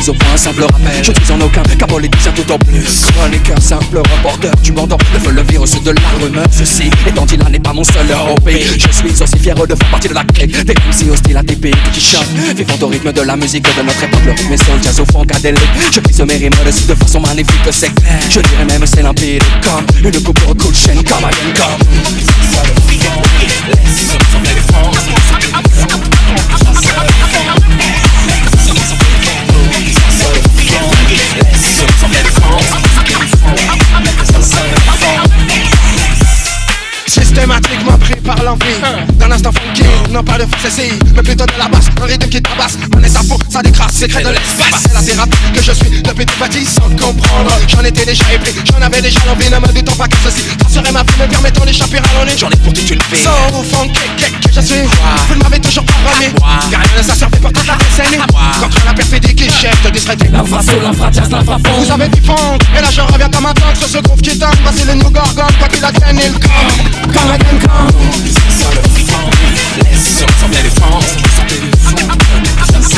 mise au point, simple rappel. Je ne suis en aucun cas politicien tout au plus. Chroniqueur, simple reporter, du monde le virus de la rumeur. Ceci étant dit, là n'est pas mon seul OP. Je suis aussi fier de faire partie de la clique des MC hostiles à TP qui chantent, vivant au rythme de la musique de notre époque. Le rythme est soul, jazz au fond, cadélique. Je prise mes rimes dessus de façon magnifique, c'est clair. Je dirais même c'est limpide comme une coupe de cool chaîne, comme again, comme. Systématiquement pris par l'envie d'un instant funky, non pas de fantaisie, mais plutôt de la basse, un rythme qui tabasse. Mon état faux, ça décrasse, secret de l'espace. C'est la thérapie que je suis depuis tout petit sans comprendre. J'en étais déjà épris, j'en avais déjà l'envie. Ne me doutons pas que ceci serait ma vie me permettant d'échapper à l'ennui. J'en ai pour toute une vie. So funky que je suis, vous ne m'avez toujours pas remis. Car rien ne s'asservait pour toute la décennie. Contre la perfidie qui cherche de distraiter. L'infrasoul, l'infrajazz, l'infrafond. Vous avez du funk, et là je reviens comme un tank sur ce groove qui tank. Voici le New Gorgon, quoi qu'il advienne, il come. Come again, come. Ça le fond, laisse ressembler les France. Ça le fond, laisse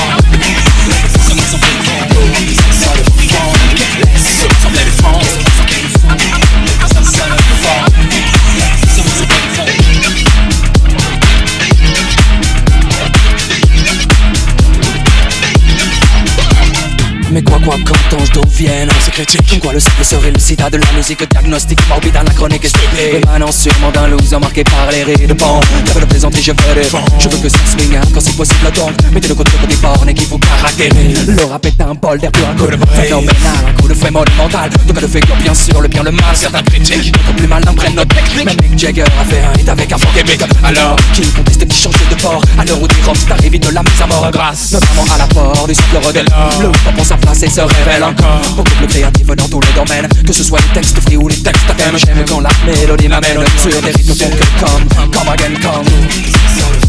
ressembler les France. Mais quoi quand ange d'eau vienne, c'est critique. Quoi le simple serait le sida de la musique diagnostique morbide, anachronique et stupide. Émanant sûrement d'un loser marqué par les rides de pan. J'avais le plaisanter, je veux des je veux que ça swing quand c'est possible donc. Mettez le côté de côté borne et qu'il vous caractérise. Le rap est un bol d'air pur, un coup de phénoménal, un coup de fouet monumental. De cas de figure bien sûr, le bien, le mal, certains critiques. D'autres plus malins prennent notre technique. Même Mick Jagger a fait un hit avec un funk épique. Alors, qui conteste qui change de port à l'heure où des roms t'arrivent de la mise à mort grâce notamment à l'apport du simple redel. Le hip-hop prend sa place et se révèle encore. Beaucoup plus créatif dans tous les domaines, que ce soit les textes free ou les textes à thème. J'aime quand la mélodie m'amène sur des rythmes tels que comme again, come.